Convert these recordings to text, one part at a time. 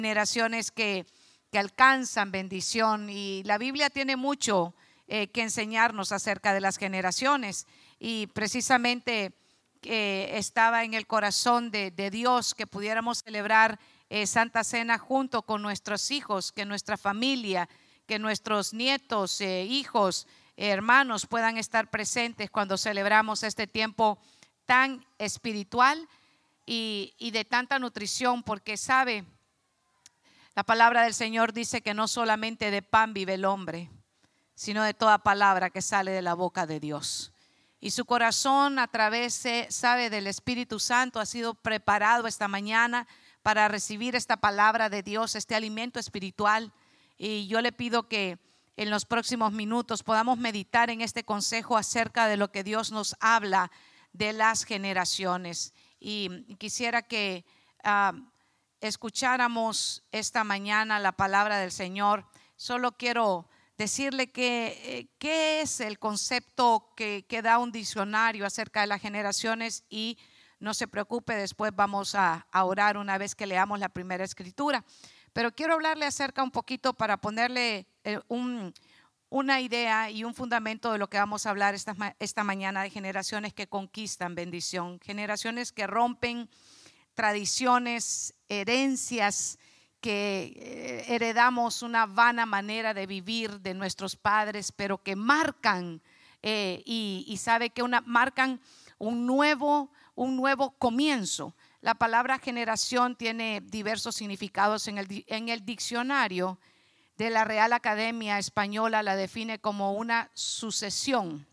generaciones que alcanzan bendición, y la Biblia tiene mucho que enseñarnos acerca de las generaciones, y precisamente estaba en el corazón de Dios que pudiéramos celebrar Santa Cena junto con nuestros hijos, que nuestra familia, que nuestros nietos, hijos, hermanos puedan estar presentes cuando celebramos este tiempo tan espiritual y de tanta nutrición, porque sabe, la palabra del Señor dice que no solamente de pan vive el hombre, sino de toda palabra que sale de la boca de Dios. Y su corazón, a través, sabe, del Espíritu Santo, ha sido preparado esta mañana para recibir esta palabra de Dios, este alimento espiritual. Y yo le pido que en los próximos minutos podamos meditar en este consejo acerca de lo que Dios nos habla de las generaciones. Y quisiera que escucháramos esta mañana la palabra del Señor. Solo quiero decirle que qué es el concepto que da un diccionario acerca de las generaciones, y no se preocupe, después vamos a orar una vez que leamos la primera escritura. Pero quiero hablarle acerca un poquito para ponerle una idea y un fundamento de lo que vamos a hablar esta mañana, de generaciones que conquistan bendición, generaciones que rompen tradiciones, herencias, que heredamos una vana manera de vivir de nuestros padres, pero que marcan y sabe que marcan un nuevo comienzo. La palabra generación tiene diversos significados. En el diccionario de la Real Academia Española la define como una sucesión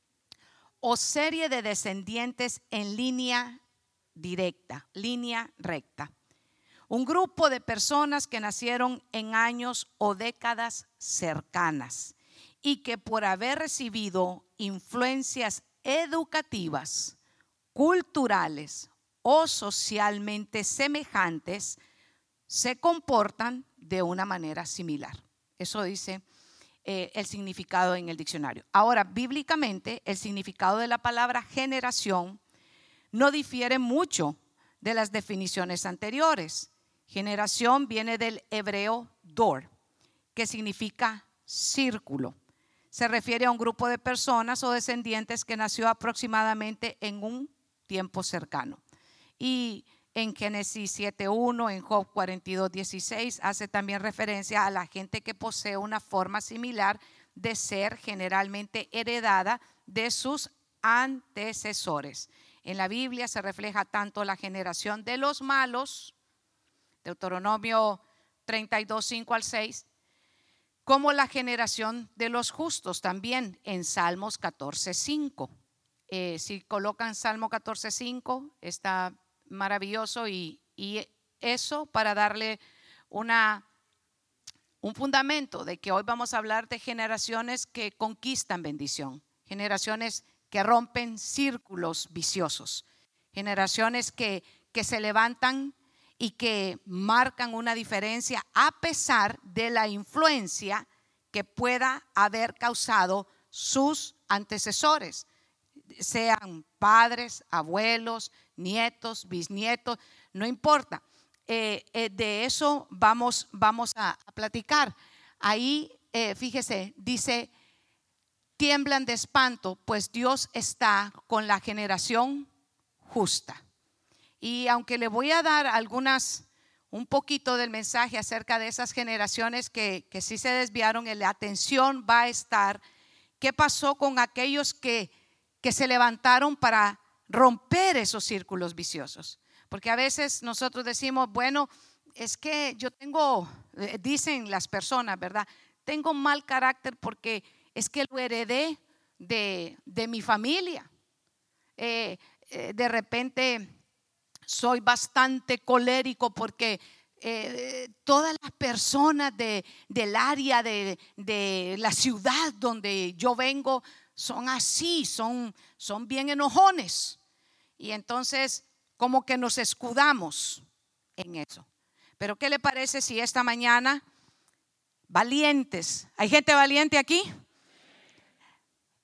o serie de descendientes en línea directa, línea recta. Un grupo de personas que nacieron en años o décadas cercanas y que por haber recibido influencias educativas, culturales o socialmente semejantes, se comportan de una manera similar. Eso dice el significado en el diccionario. Ahora, bíblicamente, el significado de la palabra generación no difiere mucho de las definiciones anteriores. Generación viene del hebreo dor, que significa círculo. Se refiere a un grupo de personas o descendientes que nació aproximadamente en un tiempo cercano. Y en Génesis 7:1, en Job 42:16, hace también referencia a la gente que posee una forma similar de ser, generalmente heredada de sus antecesores. En la Biblia se refleja tanto la generación de los malos, Deuteronomio 32:5-6, como la generación de los justos, también en Salmos 14:5. Si colocan Salmo 14:5, está maravilloso, y eso para darle un fundamento de que hoy vamos a hablar de generaciones que conquistan bendición, generaciones que rompen círculos viciosos, generaciones que se levantan y que marcan una diferencia a pesar de la influencia que pueda haber causado sus antecesores, sean padres, abuelos, nietos, bisnietos, no importa. De eso vamos a platicar. Ahí, fíjese, dice: tiemblan de espanto, pues Dios está con la generación justa. Y aunque le voy a dar un poquito del mensaje acerca de esas generaciones que sí se desviaron, la atención va a estar qué pasó con aquellos que se levantaron para romper esos círculos viciosos. Porque a veces nosotros decimos, bueno, es que yo tengo, dicen las personas, ¿verdad? Tengo mal carácter porque es que lo heredé de mi familia. De repente soy bastante colérico porque todas las personas del área de la ciudad donde yo vengo son así, son bien enojones. Y entonces como que nos escudamos en eso. Pero ¿qué le parece si esta mañana, valientes, hay gente valiente aquí?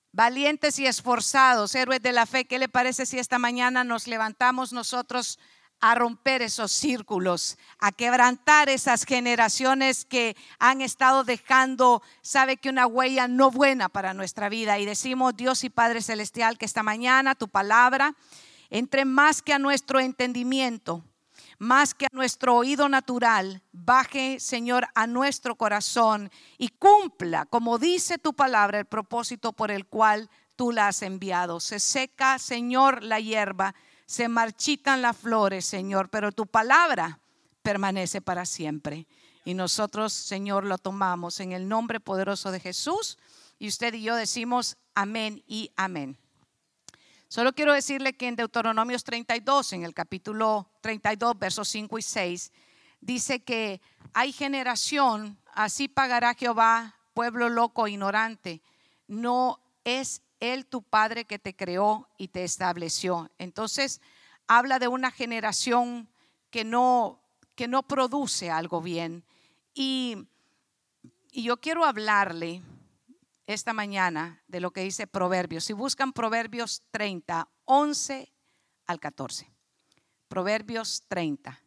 Valientes y esforzados, héroes de la fe, ¿qué le parece si esta mañana nos levantamos nosotros a romper esos círculos, a quebrantar esas generaciones que han estado dejando, sabe que una huella no buena para nuestra vida. Y decimos, Dios y Padre Celestial, que esta mañana tu palabra entre más que a nuestro entendimiento, más que a nuestro oído natural, baje, Señor, a nuestro corazón y cumpla, como dice tu palabra, el propósito por el cual tú la has enviado. Se seca, Señor, la hierba, se marchitan las flores, Señor, pero tu palabra permanece para siempre. Y nosotros, Señor, lo tomamos en el nombre poderoso de Jesús. Y usted y yo decimos amén y amén. Solo quiero decirle que en Deuteronomios 32, en el capítulo 32, versos 5 y 6, dice que hay generación, así pagará Jehová, pueblo loco, ignorante. No es Él tu Padre que te creó y te estableció. Entonces habla de una generación que no produce algo bien. Y yo quiero hablarle esta mañana de lo que dice Proverbios. Si buscan Proverbios 30, 11 al 14. Proverbios 30,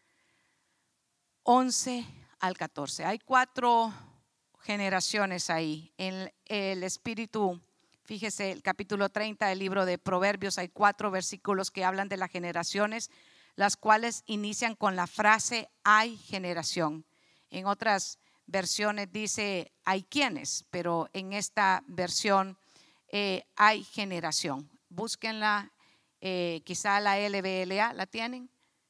11 al 14. Hay 4 generaciones ahí. En el espíritu, fíjese, el capítulo 30 del libro de Proverbios, hay 4 versículos que hablan de las generaciones, las cuales inician con la frase hay generación. En otras versiones dice hay quienes, pero en esta versión hay generación. Búsquenla, quizá la LBLA, ¿la tienen?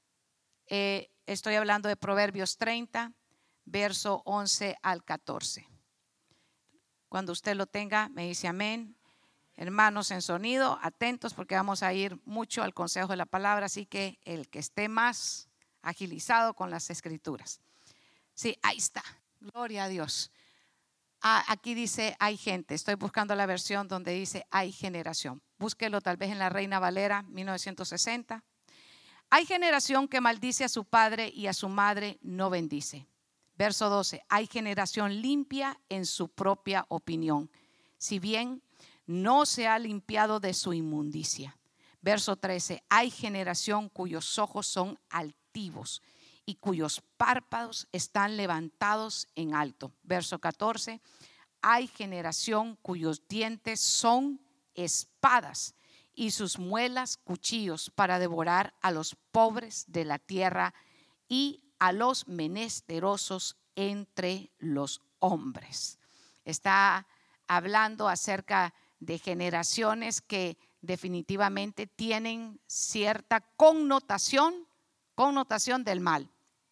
Estoy hablando de Proverbios 30, verso 11 al 14. Cuando usted lo tenga, me dice amén. Hermanos en sonido, atentos porque vamos a ir mucho al consejo de la palabra, así que el que esté más agilizado con las escrituras. Sí, ahí está. Gloria a Dios. Aquí dice hay gente. Estoy buscando la versión donde dice hay generación. Búsquelo tal vez en la Reina Valera 1960. Hay generación que maldice a su padre y a su madre no bendice. Verso 12. Hay generación limpia en su propia opinión, si bien no se ha limpiado de su inmundicia. Verso 13. Hay generación cuyos ojos son altivos y cuyos párpados están levantados en alto. Verso 14. Hay generación cuyos dientes son espadas y sus muelas cuchillos para devorar a los pobres de la tierra y a los menesterosos entre los hombres. Está hablando acerca de generaciones que definitivamente tienen cierta connotación del mal.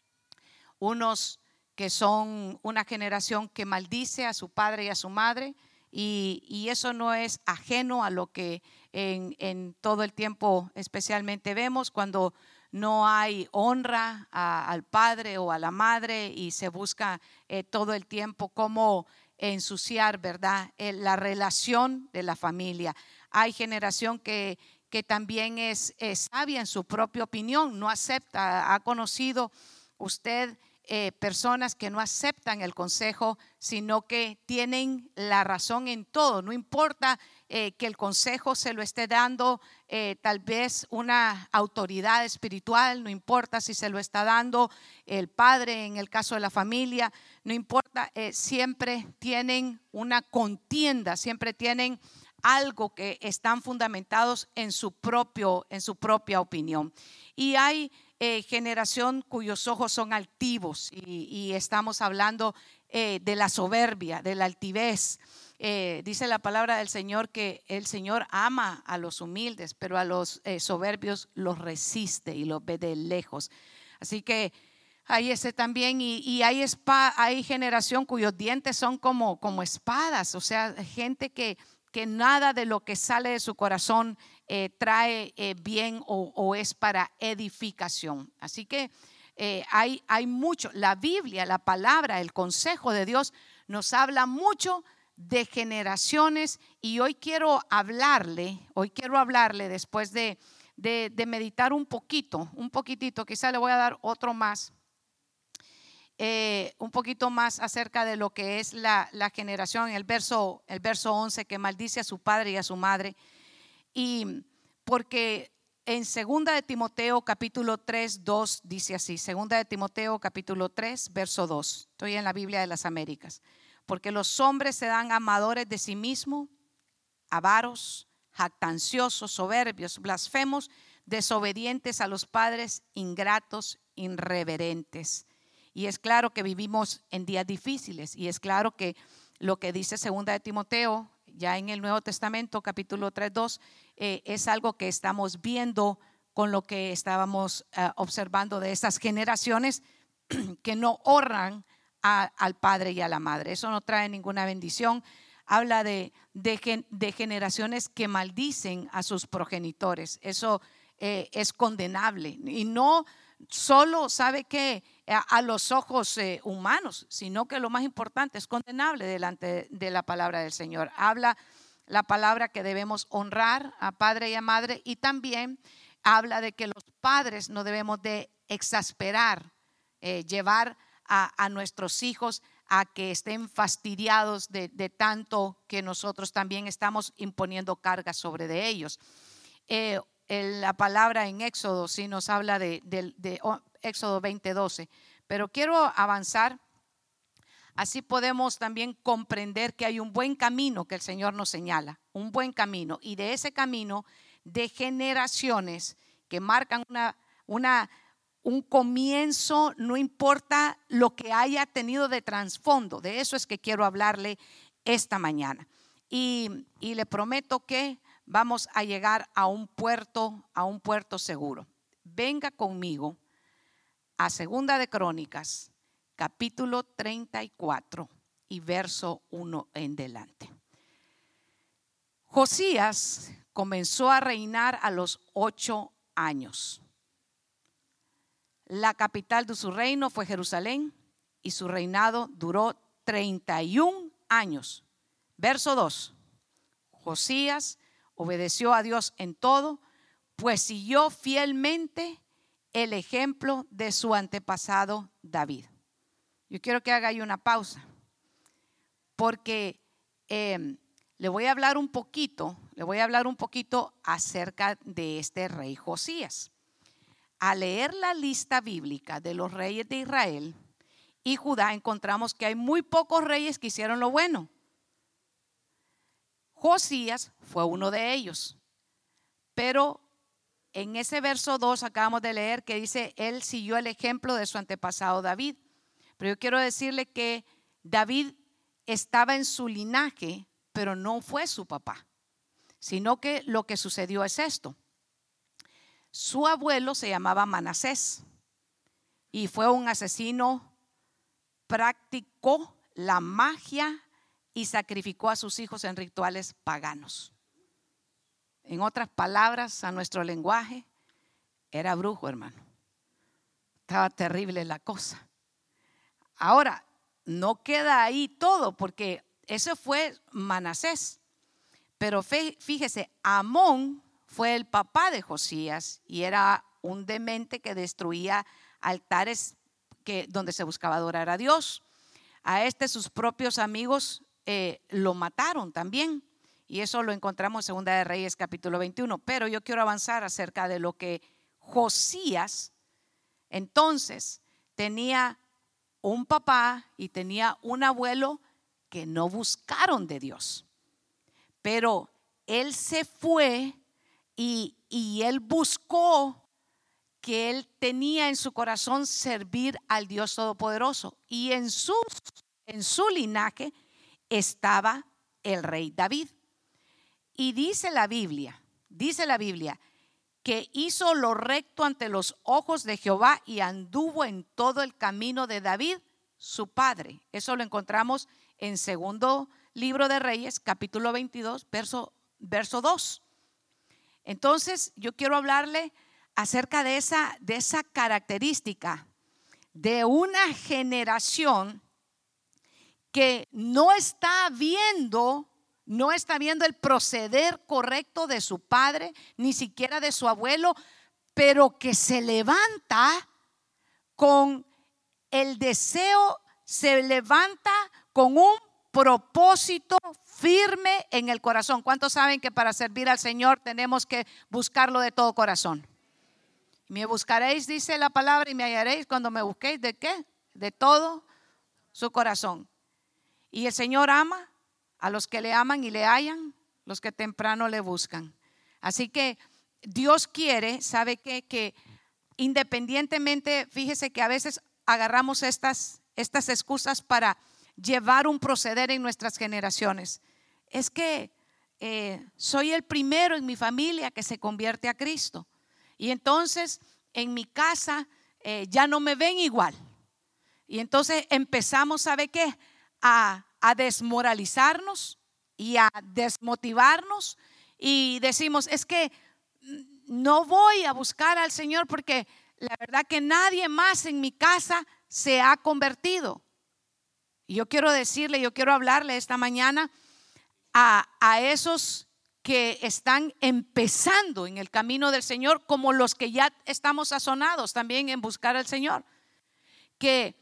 Unos que son una generación que maldice a su padre y a su madre, y eso no es ajeno a lo que en todo el tiempo especialmente vemos cuando no hay honra al padre o a la madre y se busca todo el tiempo cómo ensuciar, ¿verdad? La relación de la familia. Hay generación que también es sabia en su propia opinión, no acepta. Ha conocido usted personas que no aceptan el consejo, sino que tienen la razón en todo. No importa que el consejo se lo esté dando tal vez una autoridad espiritual, no importa si se lo está dando el padre en el caso de la familia, no importa, siempre tienen una contienda, siempre tienen algo que están fundamentados en su propia opinión. Y hay generación cuyos ojos son altivos y estamos hablando de la soberbia, de la altivez. Dice la palabra del Señor que el Señor ama a los humildes, pero a los soberbios los resiste y los ve de lejos. Así que hay ese también, y hay generación cuyos dientes son como espadas, o sea, gente que nada de lo que sale de su corazón trae bien o es para edificación. Así que hay mucho. La Biblia, la palabra, el consejo de Dios nos habla mucho de generaciones, y hoy quiero hablarle después de meditar un poquitito, quizá le voy a dar otro más. Un poquito más acerca de lo que es la generación, el verso 11, que maldice a su padre y a su madre. Y porque en 2 de Timoteo capítulo 3, 2 dice así. 2 de Timoteo capítulo 3, verso 2. Estoy en la Biblia de las Américas. Porque los hombres se dan amadores de sí mismos, avaros, jactanciosos, soberbios, blasfemos, desobedientes a los padres, ingratos, irreverentes. Y es claro que vivimos en días difíciles, y es claro que lo que dice 2 de Timoteo, ya en el Nuevo Testamento, capítulo 3, 2, es algo que estamos viendo con lo que estábamos observando de esas generaciones que no honran al padre y a la madre. Eso no trae ninguna bendición. Habla de generaciones que maldicen a sus progenitores. Eso es condenable, y no solo, ¿sabe qué?, a los ojos humanos, sino que lo más importante, es condenable delante de la palabra del Señor. Habla la palabra que debemos honrar a padre y a madre, y también habla de que los padres no debemos de exasperar, llevar a nuestros hijos a que estén fastidiados de tanto que nosotros también estamos imponiendo cargas sobre de ellos. La palabra en Éxodo sí nos habla de Éxodo 20:12, pero quiero avanzar. Así podemos también comprender que hay un buen camino que el Señor nos señala, un buen camino, y de ese camino de generaciones que marcan un comienzo, no importa lo que haya tenido de trasfondo. De eso es que quiero hablarle esta mañana, y le prometo que vamos a llegar a un puerto seguro. Venga conmigo a 2 de Crónicas, capítulo 34 y verso 1 en delante. Josías comenzó a reinar a los 8 años. La capital de su reino fue Jerusalén, y su reinado duró 31 años. Verso 2. Josías obedeció a Dios en todo, pues siguió fielmente el ejemplo de su antepasado David. Yo quiero que haga ahí una pausa, porque le voy a hablar un poquito acerca de este rey Josías. Al leer la lista bíblica de los reyes de Israel y Judá, encontramos que hay muy pocos reyes que hicieron lo bueno. Josías fue uno de ellos, pero en ese verso 2 acabamos de leer que dice: él siguió el ejemplo de su antepasado David. Pero yo quiero decirle que David estaba en su linaje, pero no fue su papá, sino que lo que sucedió es esto. Su abuelo se llamaba Manasés, y fue un asesino. Practicó la magia y sacrificó a sus hijos en rituales paganos. En otras palabras, a nuestro lenguaje, era brujo, hermano. Estaba terrible la cosa. Ahora, no queda ahí todo, porque ese fue Manasés. Pero fíjese, Amón fue el papá de Josías, y era un demente que destruía altares donde se buscaba adorar a Dios. A sus propios amigos lo mataron también, y eso lo encontramos en 2 de Reyes capítulo 21. Pero yo quiero avanzar acerca de lo que Josías entonces tenía. Un papá y tenía un abuelo que no buscaron de Dios, pero él se fue y él buscó, que él tenía en su corazón servir al Dios Todopoderoso, y en su linaje estaba el rey David. Y dice la Biblia que hizo lo recto ante los ojos de Jehová, y anduvo en todo el camino de David su padre. Eso lo encontramos en 2 libro de Reyes capítulo 22 verso 2. Entonces yo quiero hablarle acerca de esa característica de una generación que no está viendo el proceder correcto de su padre, ni siquiera de su abuelo, pero que se levanta con el deseo, se levanta con un propósito firme en el corazón. ¿Cuántos saben que para servir al Señor tenemos que buscarlo de todo corazón? Me buscaréis, dice la palabra, y me hallaréis cuando me busquéis. ¿De qué? De todo su corazón. Y el Señor ama a los que le aman y le hallan, los que temprano le buscan. Así que Dios quiere, ¿sabe qué? Que independientemente, fíjese que a veces agarramos estas excusas para llevar un proceder en nuestras generaciones. Es que soy el primero en mi familia que se convierte a Cristo. Y entonces en mi casa ya no me ven igual. Y entonces empezamos, ¿sabe qué? A desmoralizarnos y a desmotivarnos. Y decimos, es que no voy a buscar al Señor porque la verdad que nadie más en mi casa se ha convertido. Y yo quiero decirle, yo quiero hablarle esta mañana a esos que están empezando en el camino del Señor, como los que ya estamos sazonados también en buscar al Señor, que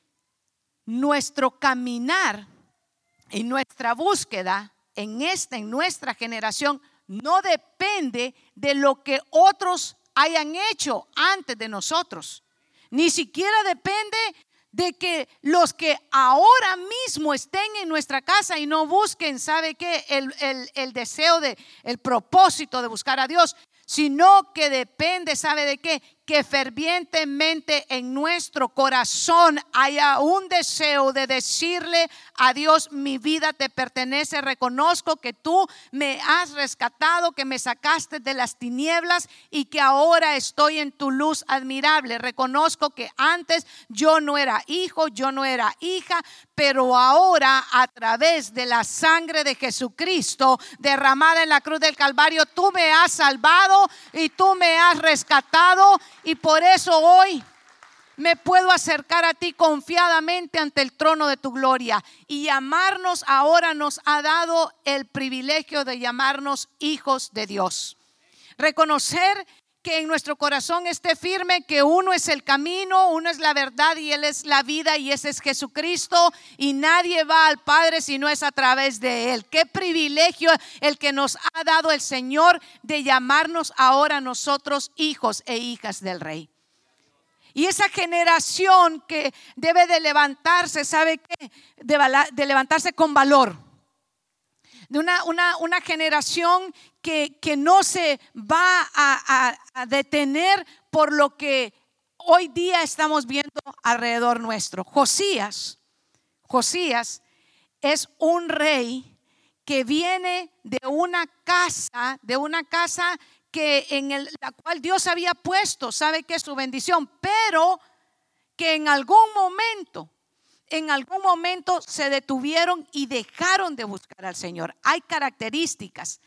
nuestro caminar y nuestra búsqueda en nuestra generación no depende de lo que otros hayan hecho antes de nosotros, ni siquiera depende de que los que ahora mismo estén en nuestra casa y no busquen, ¿sabe qué? El deseo el propósito de buscar a Dios, sino que depende, ¿sabe de qué? Que fervientemente en nuestro corazón haya un deseo de decirle a Dios: mi vida te pertenece, reconozco que tú me has rescatado, que me sacaste de las tinieblas y que ahora estoy en tu luz admirable. Reconozco que antes yo no era hijo, yo no era hija, pero ahora a través de la sangre de Jesucristo derramada en la cruz del Calvario, tú me has salvado y tú me has rescatado. Y por eso hoy me puedo acercar a ti confiadamente ante el trono de tu gloria. Y llamarnos ahora, nos ha dado el privilegio de llamarnos hijos de Dios. Reconocer que en nuestro corazón esté firme que uno es el camino, uno es la verdad y Él es la vida, y ese es Jesucristo, y nadie va al Padre si no es a través de Él. Qué privilegio el que nos ha dado el Señor de llamarnos ahora nosotros hijos e hijas del Rey. Y esa generación que debe de levantarse, ¿sabe qué? De levantarse con valor. De una generación que no se va a detener por lo que hoy día estamos viendo alrededor nuestro. Josías es un rey que viene de una casa que la cual Dios había puesto, sabe que es su bendición, pero que en algún momento se detuvieron y dejaron de buscar al Señor. Hay características,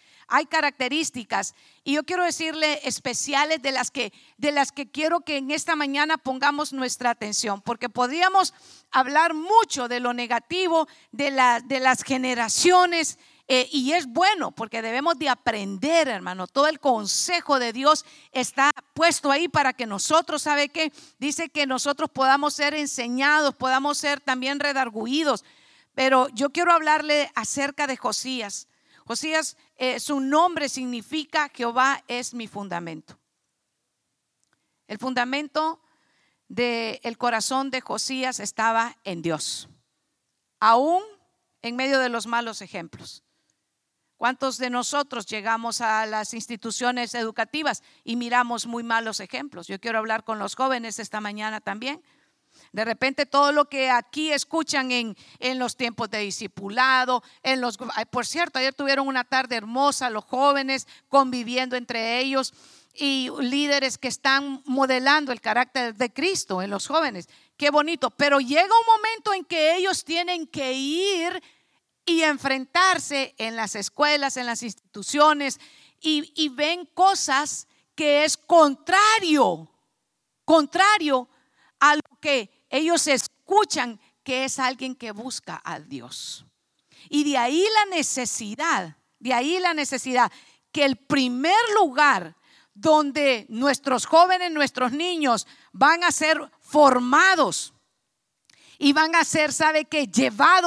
y yo quiero decirle especiales de las que quiero que en esta mañana pongamos nuestra atención, porque podríamos hablar mucho de lo negativo de las generaciones. Y es bueno porque debemos de aprender, hermano. Todo el consejo de Dios está puesto ahí para que nosotros, ¿sabe qué? Dice que nosotros podamos ser enseñados, podamos ser también redarguidos. Pero yo quiero hablarle acerca de Josías. Josías, su nombre significa Jehová es mi fundamento. El fundamento del corazón de Josías estaba en Dios, aún en medio de los malos ejemplos. ¿Cuántos de nosotros llegamos a las instituciones educativas y miramos muy malos ejemplos? Yo quiero hablar con los jóvenes esta mañana también. De repente todo lo que aquí escuchan en los tiempos de discipulado, por cierto, ayer tuvieron una tarde hermosa los jóvenes conviviendo entre ellos, y líderes que están modelando el carácter de Cristo en los jóvenes. Qué bonito, pero llega un momento en que ellos tienen que ir y enfrentarse en las escuelas, en las instituciones, y ven cosas que es contrario a lo que ellos escuchan, que es alguien que busca a Dios. Y de ahí la necesidad que el primer lugar donde nuestros jóvenes, nuestros niños van a ser formados y van a ser, ¿sabe qué? Llevados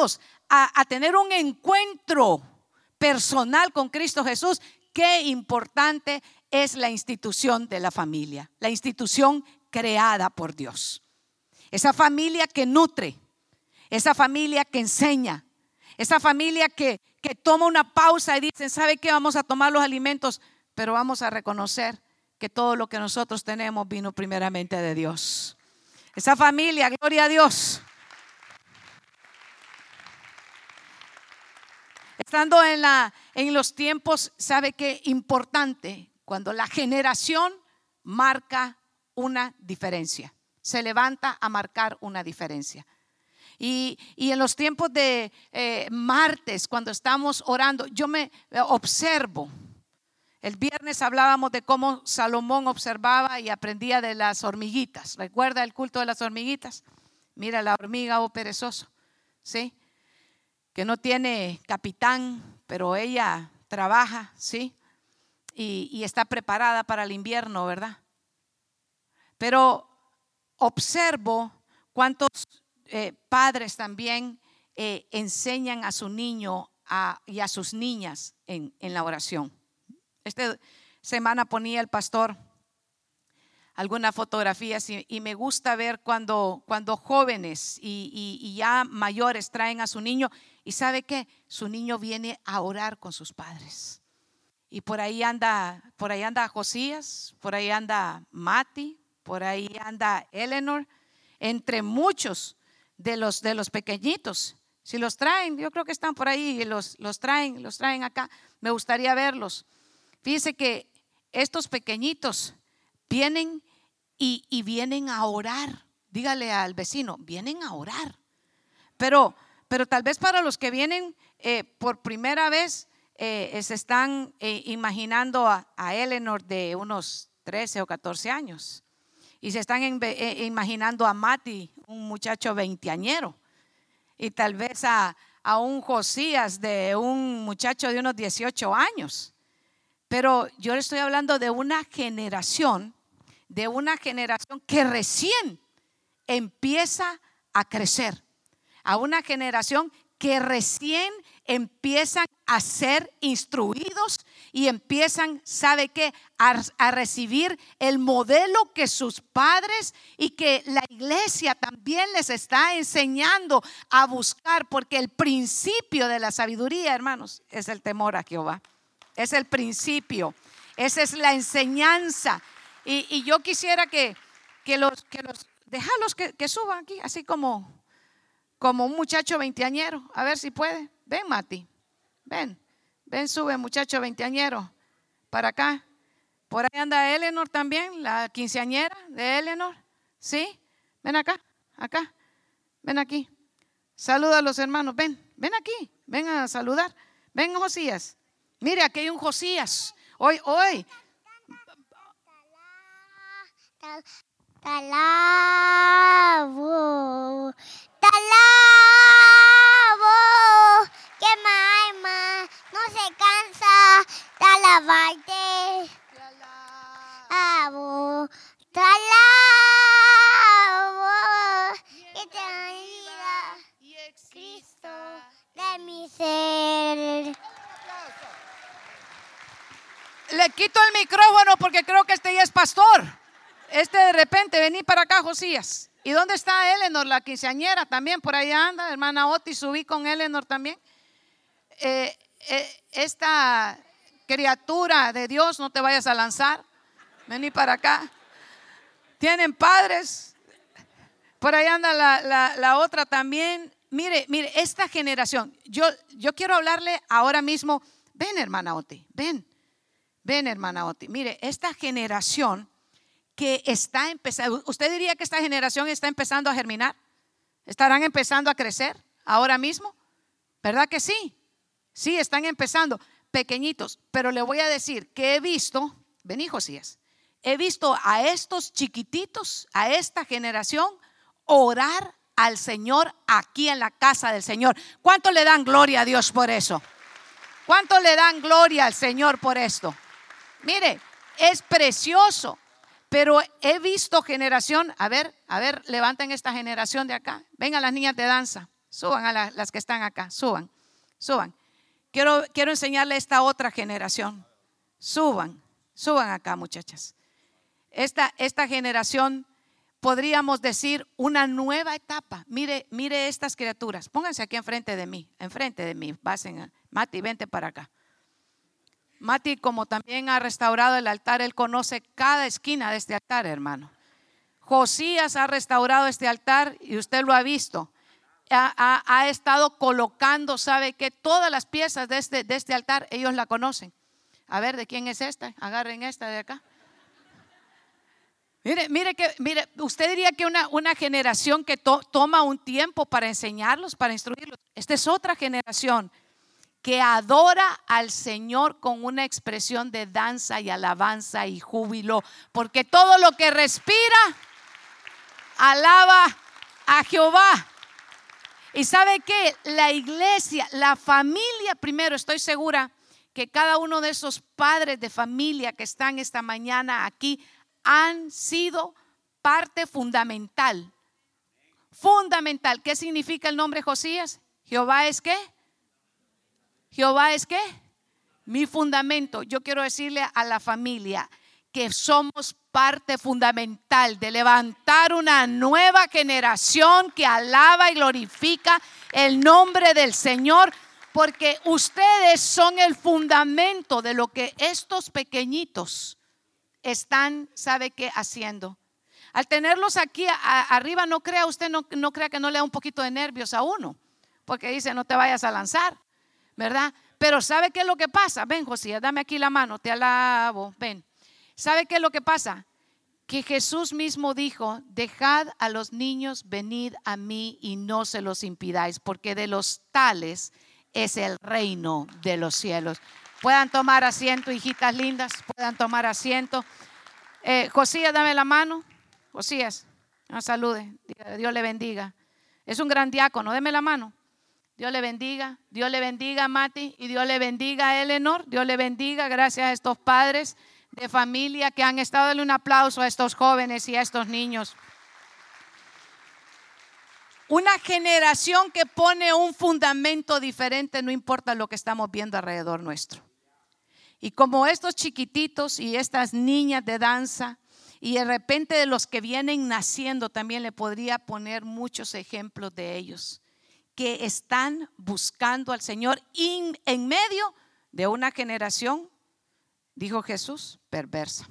a tener un encuentro personal con Cristo Jesús, qué importante es la institución de la familia, la institución creada por Dios. Esa familia que nutre, esa familia que enseña, esa familia que toma una pausa y dicen, ¿sabe qué? Vamos a tomar los alimentos, pero vamos a reconocer que todo lo que nosotros tenemos vino primeramente de Dios. Esa familia, gloria a Dios. Estando en los tiempos, ¿sabe qué? Importante, cuando la generación marca una diferencia, se levanta a marcar una diferencia. Y en los tiempos de martes, cuando estamos orando, yo me observo. El viernes hablábamos de cómo Salomón observaba y aprendía de las hormiguitas. ¿Recuerda el culto de las hormiguitas? Mira la hormiga, oh perezoso, ¿sí? Que no tiene capitán, pero ella trabaja, ¿sí? Y está preparada para el invierno, ¿verdad? Pero observo cuántos padres también enseñan a su niño y a sus niñas en la oración. Esta semana ponía el pastor algunas fotografías y me gusta ver cuando jóvenes y ya mayores traen a su niño y sabe que su niño viene a orar con sus padres. Y por ahí anda Josías, por ahí anda Mati, por ahí anda Eleanor, entre muchos de los pequeñitos. Si los traen, yo creo que están por ahí y los traen acá. Me gustaría verlos. Fíjese que estos pequeñitos vienen y vienen a orar. Dígale al vecino, vienen a orar. Pero tal vez para los que vienen por primera vez, se están imaginando a Eleanor de unos 13 o 14 años. Y se están imaginando a Mati, un muchacho veinteañero. Y tal vez a un Josías de un muchacho de unos 18 años. Pero yo le estoy hablando de una generación que recién empieza a crecer, a una generación que recién empiezan a ser instruidos y empiezan, ¿sabe qué? A recibir el modelo que sus padres y que la iglesia también les está enseñando a buscar, porque el principio de la sabiduría, hermanos, es el temor a Jehová. Es el principio, esa es la enseñanza. Y yo quisiera que dejarlos que suban aquí, así como un muchacho veinteañero. A ver si puede. Ven, Mati, ven, sube, muchacho veinteañero, para acá. Por ahí anda Eleanor también, la quinceañera de Eleanor. ¿Sí? Ven acá, ven aquí. Saluda a los hermanos, ven aquí, ven a saludar. Ven, Josías. Mire, aquí hay un Josías. Hoy. Talabo, que mamá no se cansa de alabarte. Talabo, que te ayuda Cristo de mi ser. Le quito el micrófono porque creo que este ya es pastor. De repente, vení para acá, Josías. ¿Y dónde está Eleanor, la quinceañera? También por ahí anda, hermana Otis, subí con Eleanor también. Esta criatura de Dios, no te vayas a lanzar. Vení para acá. Tienen padres. Por ahí anda la otra también. Mire, esta generación. Yo quiero hablarle ahora mismo. Ven, hermana Otis, ven, hermana Otis. Mire, esta generación que está empezando, ¿usted diría que esta generación está empezando a germinar? ¿Estarán empezando a crecer ahora mismo? ¿Verdad que sí? Sí, están empezando, pequeñitos. Pero le voy a decir que he visto, vení, Josías, he visto a estos chiquititos, a esta generación, orar al Señor aquí en la casa del Señor. ¿Cuánto le dan gloria a Dios por eso? ¿Cuánto le dan gloria al Señor por esto? Mire, es precioso. Pero he visto generación, a ver, levanten esta generación de acá. Vengan las niñas de danza, Suban a las que están acá, suban. Quiero enseñarle a esta otra generación. Suban acá, muchachas. Esta generación, podríamos decir, una nueva etapa. Mire estas criaturas. Pónganse aquí enfrente de mí. Mati, vente para acá. Mati, como también ha restaurado el altar, él conoce cada esquina de este altar, hermano. Josías ha restaurado este altar y usted lo ha visto. Ha estado colocando, sabe que todas las piezas de este altar, ellos la conocen. A ver, ¿de quién es esta? Agarren esta de acá. Mire, usted diría que una generación que toma un tiempo para enseñarlos, para instruirlos. Esta es otra generación que adora al Señor con una expresión de danza y alabanza y júbilo, porque todo lo que respira alaba a Jehová. Y sabe que la iglesia, la familia primero, estoy segura que cada uno de esos padres de familia que están esta mañana aquí han sido parte fundamental. Fundamental. ¿Qué significa el nombre Josías? Jehová es ¿qué? Jehová es ¿qué? Mi fundamento. Yo quiero decirle a la familia que somos parte fundamental de levantar una nueva generación que alaba y glorifica el nombre del Señor, porque ustedes son el fundamento de lo que estos pequeñitos están, ¿sabe qué? Haciendo. Al tenerlos aquí arriba, no crea usted, no crea que no le da un poquito de nervios a uno, porque dice no te vayas a lanzar, ¿verdad? Pero ¿sabe qué es lo que pasa? Ven, Josías, dame aquí la mano, te alabo, ven. ¿Sabe qué es lo que pasa? Que Jesús mismo dijo: dejad a los niños venid a mí y no se los impidáis, porque de los tales es el reino de los cielos. Puedan tomar asiento, hijitas lindas, puedan tomar asiento. Josías, dame la mano. Josías, salude, Dios le bendiga. Es un gran diácono, deme la mano. Dios le bendiga a Mati, y Dios le bendiga a Eleanor. Dios le bendiga, gracias a estos padres de familia que han estado. Dale un aplauso a estos jóvenes y a estos niños. Una generación que pone un fundamento diferente, no importa lo que estamos viendo alrededor nuestro. Y como estos chiquititos y estas niñas de danza, y de repente de los que vienen naciendo, también le podría poner muchos ejemplos de ellos que están buscando al Señor en medio de una generación, dijo Jesús, perversa.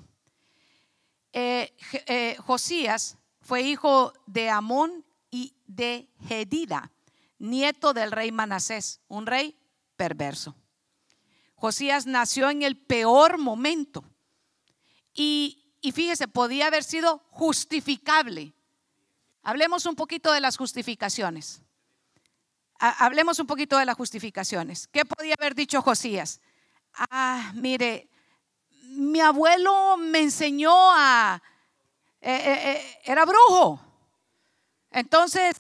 Josías fue hijo de Amón y de Jedida, nieto del rey Manasés, un rey perverso. Josías nació en el peor momento y fíjese, podía haber sido justificable. Hablemos un poquito de las justificaciones. ¿Qué podía haber dicho Josías? Mire, mi abuelo me enseñó era brujo. Entonces,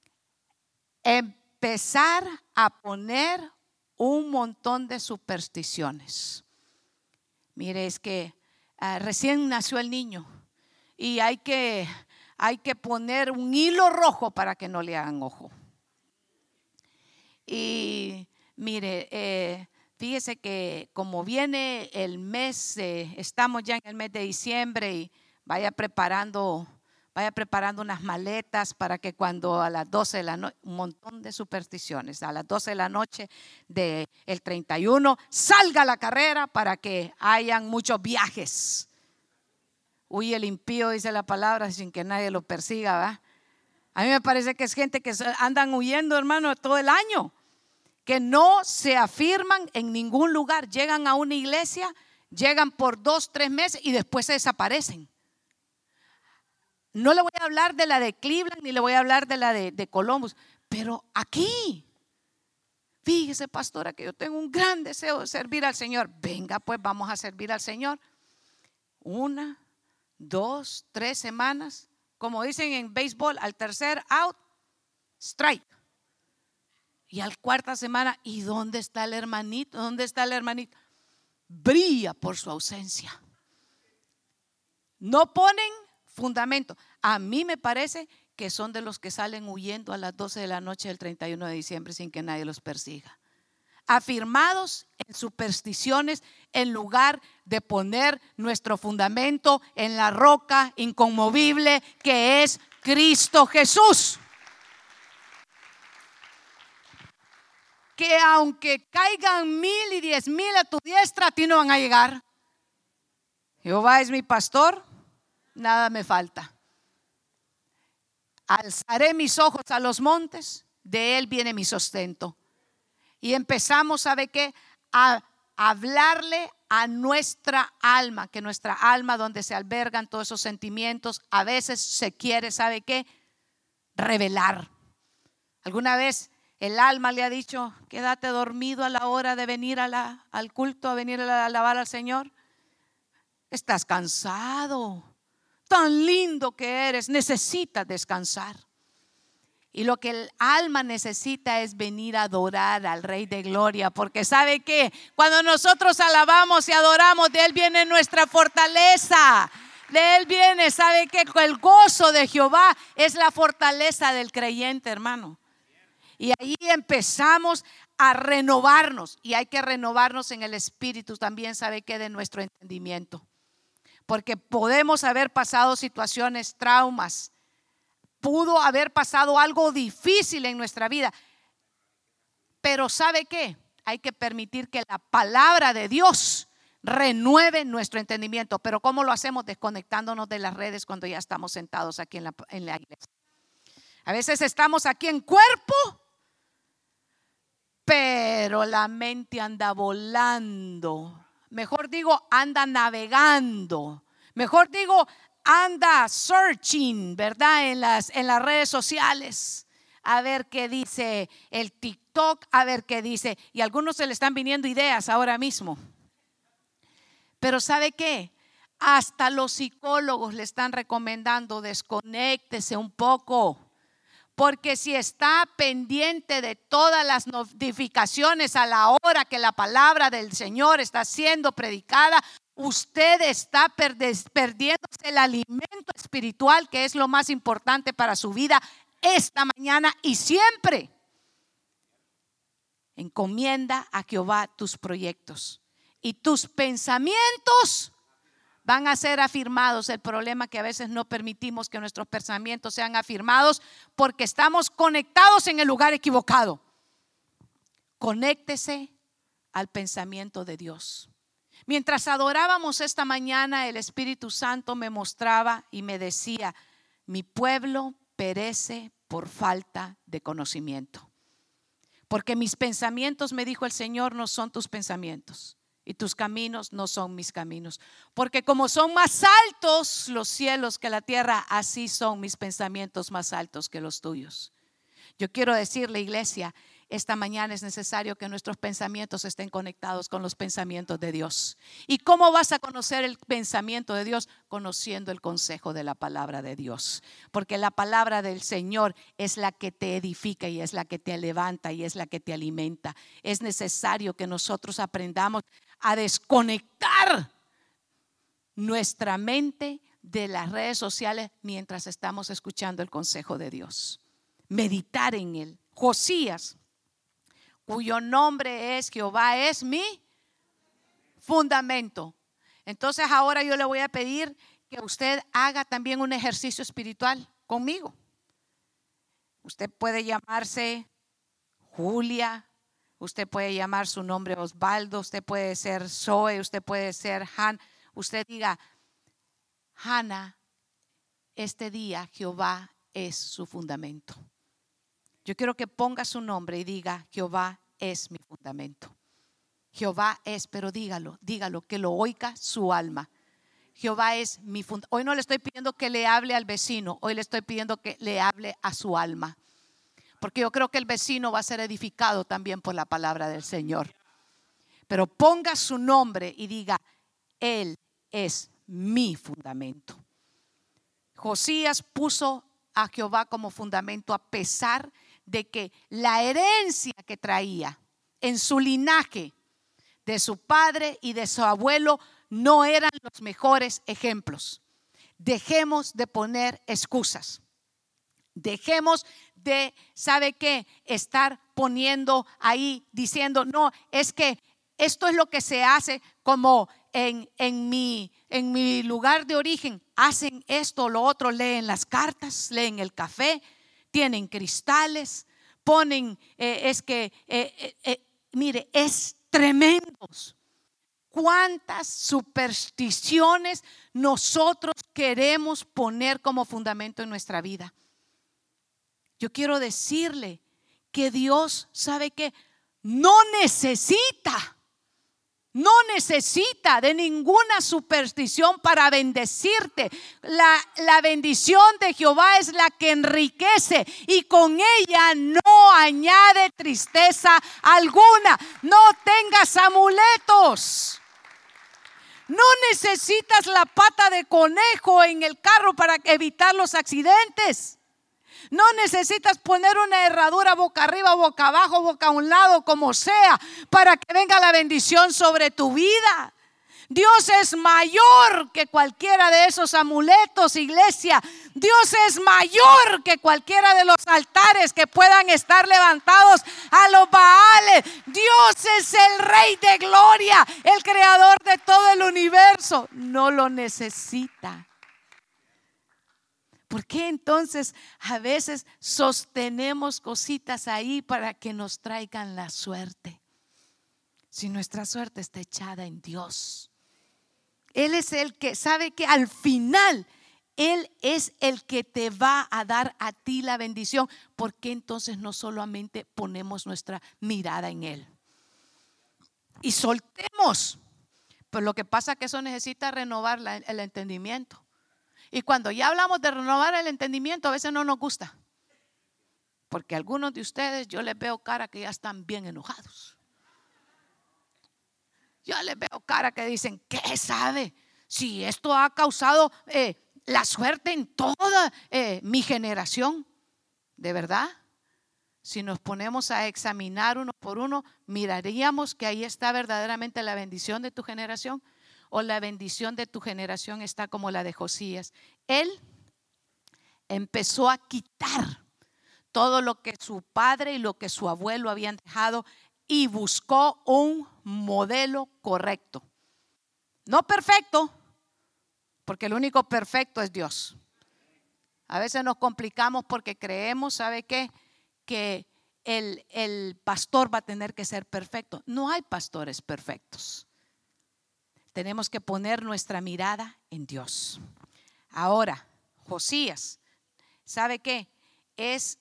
empezar a poner un montón de supersticiones. Mire, es que recién nació el niño y hay que poner un hilo rojo para que no le hagan ojo. Y mire, fíjese que como viene el mes, estamos ya en el mes de diciembre, y vaya preparando unas maletas para que cuando a las 12 de la noche, un montón de supersticiones, a las 12 de la noche del 31 salga a la carrera para que hayan muchos viajes. Huye el impío, dice la palabra, sin que nadie lo persiga, ¿verdad? A mí me parece que es gente que andan huyendo, hermano, todo el año, que no se afirman en ningún lugar. Llegan a una iglesia, llegan por 2-3 meses y después se desaparecen. No le voy a hablar de la de Cleveland ni le voy a hablar de la de Columbus, pero aquí, fíjese, pastora, que yo tengo un gran deseo de servir al Señor. Venga, pues vamos a servir al Señor. 1, 2, 3 semanas, como dicen en béisbol, al tercer out, strike. Y al cuarta semana, ¿y dónde está el hermanito? ¿Dónde está el hermanito? Brilla por su ausencia. No ponen fundamento. A mí me parece que son de los que salen huyendo a las 12 de la noche del 31 de diciembre sin que nadie los persiga. Afirmados en supersticiones en lugar de poner nuestro fundamento en la roca inconmovible que es Cristo Jesús. Que aunque caigan 1000 y 10,000 a tu diestra, a ti no van a llegar. Jehová es mi pastor, nada me falta. Alzaré mis ojos a los montes, de él viene mi sustento. Y empezamos, ¿sabe qué? A hablarle a nuestra alma, que nuestra alma, donde se albergan todos esos sentimientos, a veces se quiere, ¿sabe qué? Revelar. ¿Alguna vez el alma le ha dicho, quédate dormido a la hora de venir al culto, a venir a alabar al Señor? Estás cansado, tan lindo que eres, necesitas descansar. Y lo que el alma necesita es venir a adorar al Rey de Gloria, porque ¿sabe qué? Cuando nosotros alabamos y adoramos, de Él viene nuestra fortaleza. De Él viene, ¿sabe qué? El gozo de Jehová es la fortaleza del creyente, hermano. Y ahí empezamos a renovarnos. Y hay que renovarnos en el espíritu también, ¿sabe qué? De nuestro entendimiento. Porque podemos haber pasado situaciones, traumas. Pudo haber pasado algo difícil en nuestra vida. Pero ¿sabe qué? Hay que permitir que la palabra de Dios renueve nuestro entendimiento. Pero ¿cómo lo hacemos? Desconectándonos de las redes cuando ya estamos sentados aquí en la iglesia. A veces estamos aquí en cuerpo, pero la mente anda volando. Mejor digo, anda navegando. Mejor digo, anda searching, ¿verdad? En las redes sociales. A ver qué dice el TikTok, a ver qué dice. Y a algunos se le están viniendo ideas ahora mismo. Pero ¿sabe qué? Hasta los psicólogos le están recomendando desconéctese un poco. Porque si está pendiente de todas las notificaciones a la hora que la palabra del Señor está siendo predicada, usted está perdiéndose el alimento espiritual, que es lo más importante para su vida esta mañana y siempre. Encomienda a Jehová tus proyectos y tus pensamientos van a ser afirmados. El problema es que a veces no permitimos que nuestros pensamientos sean afirmados porque estamos conectados en el lugar equivocado. Conéctese al pensamiento de Dios. Mientras adorábamos esta mañana, el Espíritu Santo me mostraba y me decía, mi pueblo perece por falta de conocimiento. Porque mis pensamientos, me dijo el Señor, no son tus pensamientos. Y tus caminos no son mis caminos. Porque como son más altos los cielos que la tierra, así son mis pensamientos más altos que los tuyos. Yo quiero decirle, iglesia, esta mañana es necesario que nuestros pensamientos estén conectados con los pensamientos de Dios. ¿Y cómo vas a conocer el pensamiento de Dios? Conociendo el consejo de la palabra de Dios. Porque la palabra del Señor es la que te edifica y es la que te levanta y es la que te alimenta. Es necesario que nosotros aprendamos a desconectar nuestra mente de las redes sociales mientras estamos escuchando el consejo de Dios. Meditar en él. Josías, cuyo nombre es Jehová es mi fundamento. Entonces ahora yo le voy a pedir que usted haga también un ejercicio espiritual conmigo. Usted puede llamarse Julia, usted puede llamar su nombre Osvaldo, usted puede ser Zoe, usted puede ser Han. Usted diga, Hannah, este día Jehová es su fundamento. Yo quiero que ponga su nombre y diga, Jehová es mi fundamento. Jehová es, pero dígalo, que lo oiga su alma. Jehová es mi fundamento. Hoy no le estoy pidiendo que le hable al vecino, hoy le estoy pidiendo que le hable a su alma. Porque yo creo que el vecino va a ser edificado también por la palabra del Señor. Pero ponga su nombre y diga, Él es mi fundamento. Josías puso a Jehová como fundamento a pesar de que la herencia que traía en su linaje de su padre y de su abuelo no eran los mejores ejemplos. Dejemos de poner excusas. Dejemos de, ¿sabe qué? Estar poniendo ahí, diciendo, no, es que esto es lo que se hace como en mi lugar de origen. Hacen esto o lo otro, leen las cartas, leen el café, tienen cristales, ponen, mire, es tremendos. ¿Cuántas supersticiones nosotros queremos poner como fundamento en nuestra vida? Yo quiero decirle que Dios, ¿sabe qué? No necesita de ninguna superstición para bendecirte. La bendición de Jehová es la que enriquece y con ella no añade tristeza alguna. No tengas amuletos. No necesitas la pata de conejo en el carro para evitar los accidentes. No necesitas poner una herradura boca arriba, boca abajo, boca a un lado, como sea, para que venga la bendición sobre tu vida. Dios es mayor que cualquiera de esos amuletos, iglesia. Dios es mayor que cualquiera de los altares que puedan estar levantados a los Baales. Dios es el Rey de gloria, el creador de todo el universo. No lo necesita. ¿Por qué entonces a veces sostenemos cositas ahí para que nos traigan la suerte? Si nuestra suerte está echada en Dios. Él es el que sabe que al final Él es el que te va a dar a ti la bendición. ¿Por qué entonces no solamente ponemos nuestra mirada en Él? Y soltemos. Pero lo que pasa es que eso necesita renovar el entendimiento. Y cuando ya hablamos de renovar el entendimiento, a veces no nos gusta. Porque algunos de ustedes, yo les veo cara que ya están bien enojados. Yo les veo cara que dicen, ¿qué sabe? Si esto ha causado la suerte en toda mi generación. ¿De verdad? Si nos ponemos a examinar uno por uno, miraríamos que ahí está verdaderamente la bendición de tu generación. O la bendición de tu generación está como la de Josías. Él empezó a quitar todo lo que su padre y lo que su abuelo habían dejado y buscó un modelo correcto. No perfecto, porque el único perfecto es Dios. A veces nos complicamos porque creemos, ¿sabe qué? Que el pastor va a tener que ser perfecto. No hay pastores perfectos. Tenemos que poner nuestra mirada en Dios. Ahora, Josías, ¿sabe qué? Es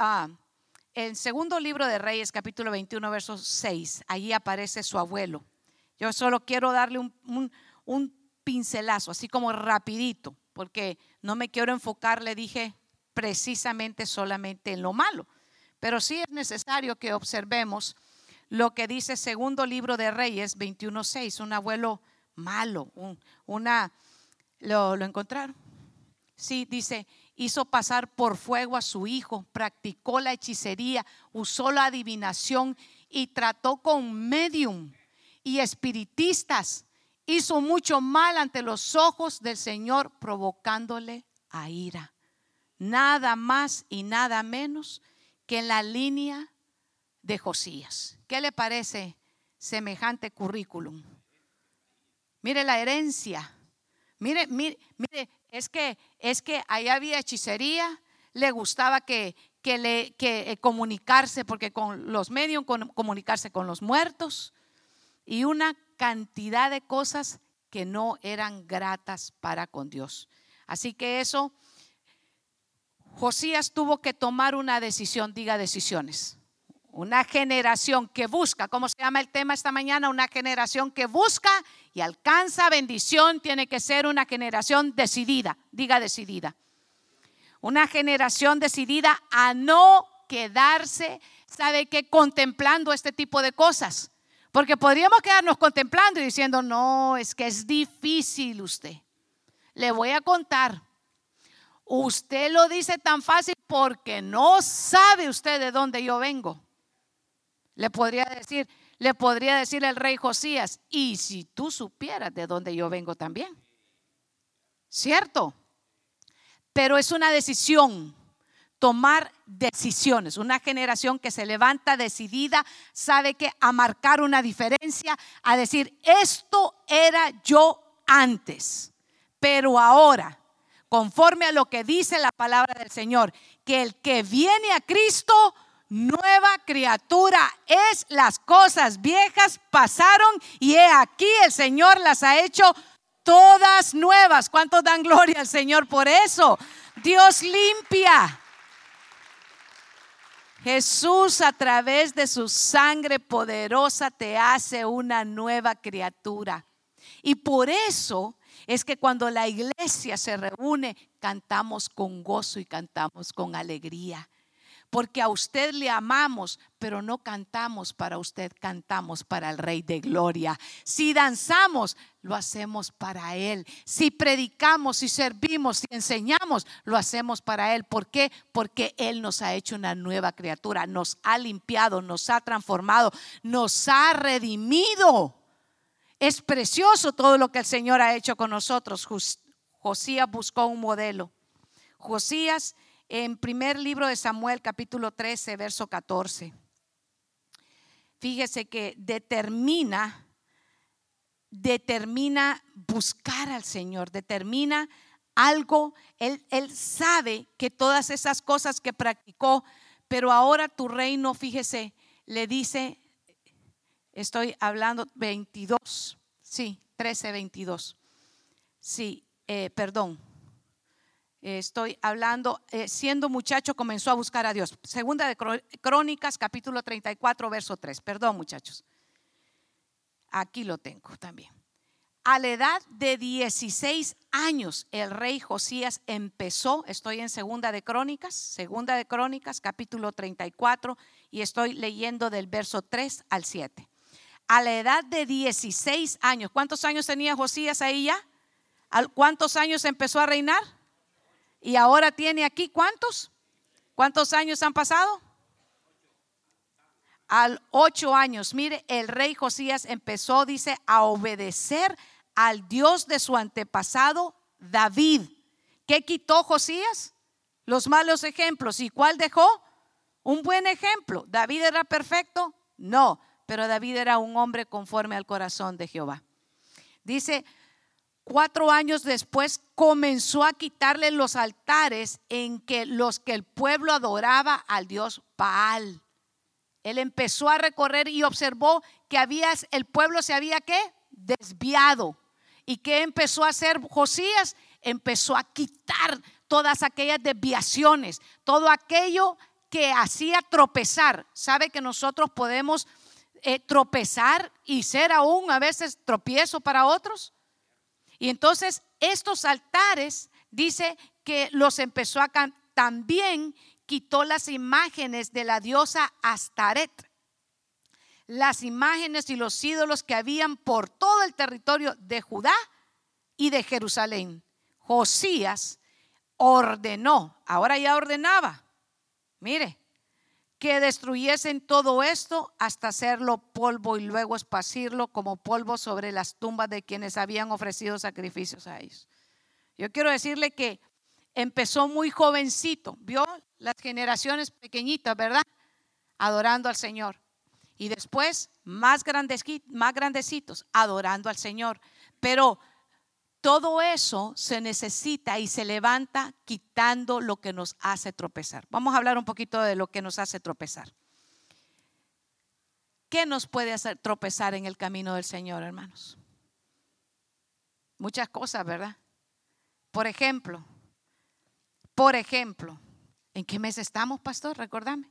el segundo libro de Reyes, capítulo 21, verso 6. Allí aparece su abuelo. Yo solo quiero darle un pincelazo, así como rapidito, porque no me quiero enfocar, le dije, precisamente solamente en lo malo. Pero sí es necesario que observemos lo que dice segundo libro de Reyes 21:6. Un abuelo malo, ¿lo encontraron? Sí, dice, hizo pasar por fuego a su hijo, practicó la hechicería, usó la adivinación y trató con medium y espiritistas. Hizo mucho mal ante los ojos del Señor, provocándole a ira. Nada más y nada menos que en la línea de Josías. ¿Qué le parece semejante currículum? Mire la herencia. Mire, es que allá había hechicería. Le gustaba que comunicarse, porque con los medios comunicarse con los muertos, y una cantidad de cosas que no eran gratas para con Dios. Así que eso, Josías tuvo que tomar una decisión. Diga decisiones. Una generación que busca, ¿cómo se llama el tema esta mañana? Una generación que busca y alcanza bendición tiene que ser una generación decidida. Diga decidida. Una generación decidida a no quedarse, ¿sabe qué? Contemplando este tipo de cosas. Porque podríamos quedarnos contemplando y diciendo, no, es que es difícil usted. Le voy a contar. Usted lo dice tan fácil porque no sabe usted de dónde yo vengo. Le podría decir el rey Josías, y si tú supieras de dónde yo vengo también. ¿Cierto? Pero es una decisión. tomar decisiones. Una generación que se levanta decidida, sabe que a marcar una diferencia, a decir, esto era yo antes, pero ahora, conforme a lo que dice la palabra del Señor, que el que viene a Cristo, nueva criatura es. Las cosas viejas pasaron y he aquí el Señor las ha hecho todas nuevas. ¿Cuántos dan gloria al Señor por eso? Dios limpia. Jesús, a través de su sangre poderosa, te hace una nueva criatura. Y por eso es que cuando la iglesia se reúne, cantamos con gozo y cantamos con alegría. Porque a usted le amamos, pero no cantamos para usted, cantamos para el Rey de Gloria. Si danzamos, lo hacemos para Él. Si predicamos, si servimos, si enseñamos, lo hacemos para Él. ¿Por qué? Porque Él nos ha hecho una nueva criatura, nos ha limpiado, nos ha transformado, nos ha redimido. Es precioso todo lo que el Señor ha hecho con nosotros. Josías buscó un modelo. Josías, en primer libro de Samuel, capítulo 13, verso 14. Fíjese que determina buscar al Señor, determina algo. Él sabe que todas esas cosas que practicó, pero ahora tu reino, fíjese, le dice, estoy hablando 22, sí, 13, 22. Sí, perdón. Estoy hablando, siendo muchacho comenzó a buscar a Dios. Segunda de Crónicas, capítulo 34, verso 3. Perdón, muchachos. Aquí lo tengo también. A la edad de 16 años, el rey Josías empezó, estoy en Segunda de Crónicas, capítulo 34, y estoy leyendo del verso 3 al 7. A la edad de 16 años, ¿cuántos años tenía Josías ahí ya? ¿Cuántos años empezó a reinar? Y ahora tiene aquí, ¿cuántos? ¿Cuántos años han pasado? Al 8 años. Mire, el rey Josías empezó, dice, a obedecer al Dios de su antepasado David. ¿Qué quitó Josías? Los malos ejemplos. ¿Y cuál dejó? Un buen ejemplo. ¿David era perfecto? No, pero David era un hombre conforme al corazón de Jehová. Dice, 4 años después comenzó a quitarle los altares en que los que el pueblo adoraba al dios Baal. Él empezó a recorrer y observó que el pueblo se había ¿qué? Desviado. ¿Y qué empezó a hacer Josías? Empezó a quitar todas aquellas desviaciones, todo aquello que hacía tropezar. ¿Sabe que nosotros podemos tropezar y ser aún a veces tropiezo para otros? Y entonces estos altares, dice que los empezó a también quitó las imágenes de la diosa Astaret, las imágenes y los ídolos que habían por todo el territorio de Judá y de Jerusalén. Josías ordenó, ahora ya ordenaba, mire, que destruyesen todo esto hasta hacerlo polvo y luego esparcirlo como polvo sobre las tumbas de quienes habían ofrecido sacrificios a ellos. Yo quiero decirle que empezó muy jovencito, vio las generaciones pequeñitas, ¿verdad? Adorando al Señor. Y después más grandecitos, adorando al Señor. Pero todo eso se necesita y se levanta quitando lo que nos hace tropezar. Vamos a hablar un poquito de lo que nos hace tropezar. ¿Qué nos puede hacer tropezar en el camino del Señor, hermanos? Muchas cosas, ¿verdad? Por ejemplo, ¿en qué mes estamos, pastor? Recordame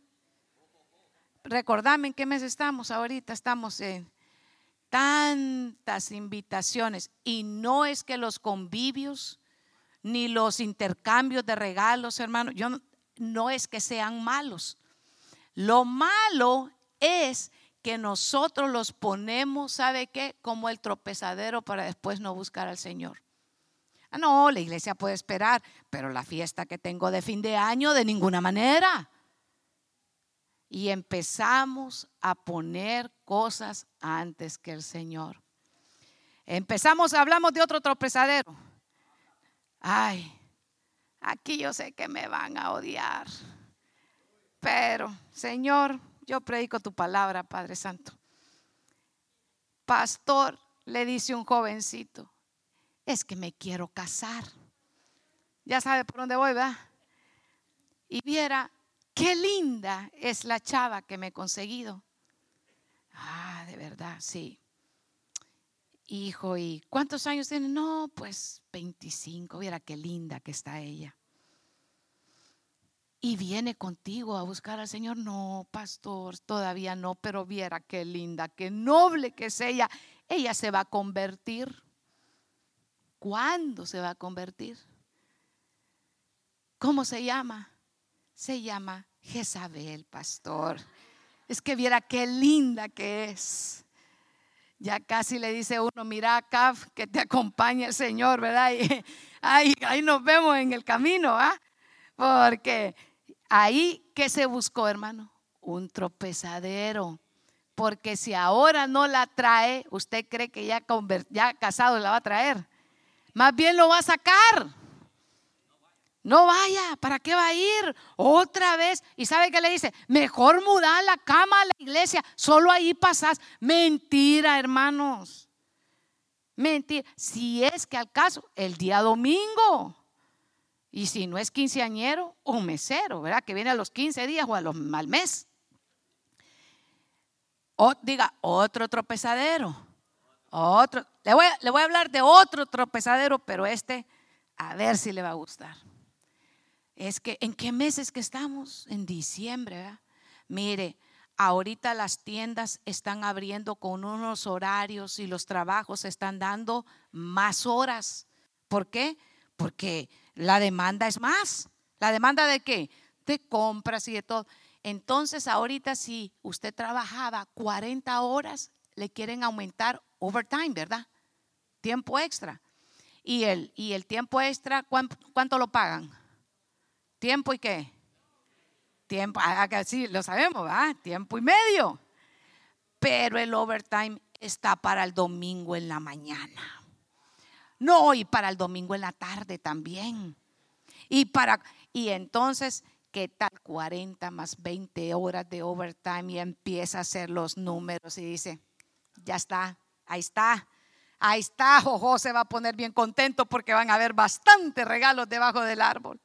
en qué mes estamos. Ahorita estamos en tantas invitaciones, y no es que los convivios ni los intercambios de regalos, hermano, no es que sean malos. Lo malo es que nosotros los ponemos, ¿sabe qué? Como el tropezadero para después no buscar al Señor. No, la iglesia puede esperar, pero la fiesta que tengo de fin de año, de ninguna manera. Y empezamos a poner cosas antes que el Señor. Hablamos de otro tropezadero. Ay, aquí yo sé que me van a odiar. Pero, Señor, yo predico tu palabra, Padre Santo. Pastor, le dice un jovencito, es que me quiero casar. Ya sabe por dónde voy, ¿verdad? Y viera qué linda es la chava que me he conseguido. Ah, de verdad, sí. Hijo, ¿y cuántos años tiene? No, pues 25. Viera qué linda que está ella. ¿Y viene contigo a buscar al Señor? No, pastor, todavía no, pero viera qué linda, qué noble que es ella. Ella se va a convertir. ¿Cuándo se va a convertir? ¿Cómo se llama? Se llama Jezabel, pastor. Es que viera qué linda que es. Ya casi le dice uno, mira acá, que te acompañe el Señor, ¿verdad? Y ahí nos vemos en el camino, ¿ah? Porque ahí, ¿qué se buscó, hermano? Un tropezadero. Porque si ahora no la trae, ¿usted cree que ya casado la va a traer? Más bien lo va a sacar. No vaya, ¿para qué va a ir? Otra vez. ¿Y sabe qué le dice? Mejor mudar la cama a la iglesia, solo ahí pasas. Mentira, hermanos. Mentira. Si es que al caso, el día domingo. Y si no es quinceañero o mesero, ¿verdad? Que viene a los 15 días o al mes. O diga, otro tropezadero. Otro. Le voy a hablar de otro tropezadero, pero a ver si le va a gustar. Es que, ¿en qué meses que estamos? En diciembre, ¿verdad? Mire, ahorita las tiendas están abriendo con unos horarios y los trabajos están dando más horas. ¿Por qué? Porque la demanda es más. ¿La demanda de qué? De compras y de todo. Entonces, ahorita si usted trabajaba 40 horas, le quieren aumentar overtime, ¿verdad? Tiempo extra. Y el tiempo extra, ¿cuánto lo pagan? ¿Tiempo y qué? Tiempo, sí, lo sabemos, ¿verdad? Tiempo y medio. Pero el overtime está para el domingo en la mañana. No, y para el domingo en la tarde también. Y entonces, ¿qué tal? 40 más 20 horas de overtime y empieza a hacer los números y dice, ya está, ahí está. Ahí está, Jojo se va a poner bien contento porque van a haber bastantes regalos debajo del árbol.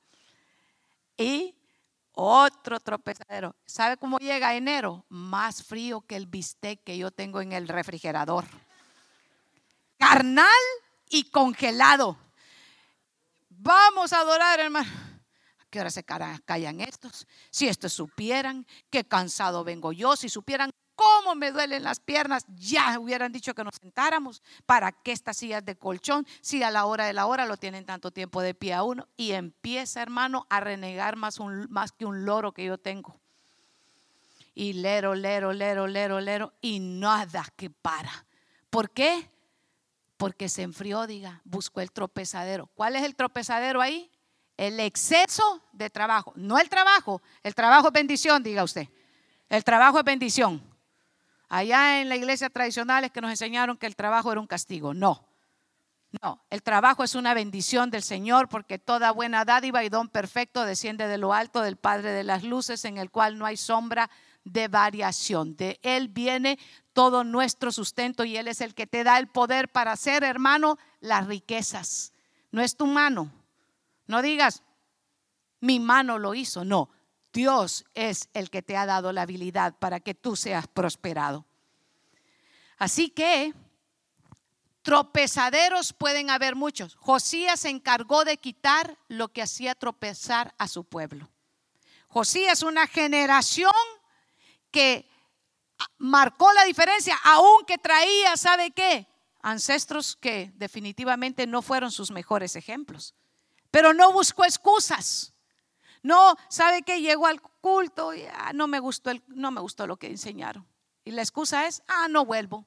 Y otro tropezadero. ¿Sabe cómo llega enero? Más frío que el bistec que yo tengo en el refrigerador. Carnal y congelado. Vamos a adorar, hermano. ¿A qué hora se callan estos? Si estos supieran qué cansado vengo yo, si supieran cómo me duelen las piernas, ya hubieran dicho que nos sentáramos. ¿Para qué estas sillas de colchón? Si a la hora de la hora lo tienen tanto tiempo de pie a uno. Y empieza, hermano, a renegar más que un loro que yo tengo. Y lero, y nada que para. ¿Por qué? Porque se enfrió, buscó el tropezadero. ¿Cuál es el tropezadero ahí? El exceso de trabajo. No el trabajo es bendición, diga usted. El trabajo es bendición. Allá en la iglesia tradicional es que nos enseñaron que el trabajo era un castigo. No, el trabajo es una bendición del Señor, porque toda buena dádiva y don perfecto desciende de lo alto del Padre de las luces, en el cual no hay sombra de variación. De Él viene todo nuestro sustento y Él es el que te da el poder para hacer, hermano, las riquezas. No es tu mano. No digas, mi mano lo hizo. No. Dios es el que te ha dado la habilidad para que tú seas prosperado. Así que tropezaderos pueden haber muchos. Josías se encargó de quitar lo que hacía tropezar a su pueblo. Josías es una generación que marcó la diferencia, aunque traía, ¿sabe qué? Ancestros que definitivamente no fueron sus mejores ejemplos. Pero no buscó excusas. No, ¿sabe qué? Llegó al culto y no me gustó lo que enseñaron. Y la excusa es, no vuelvo.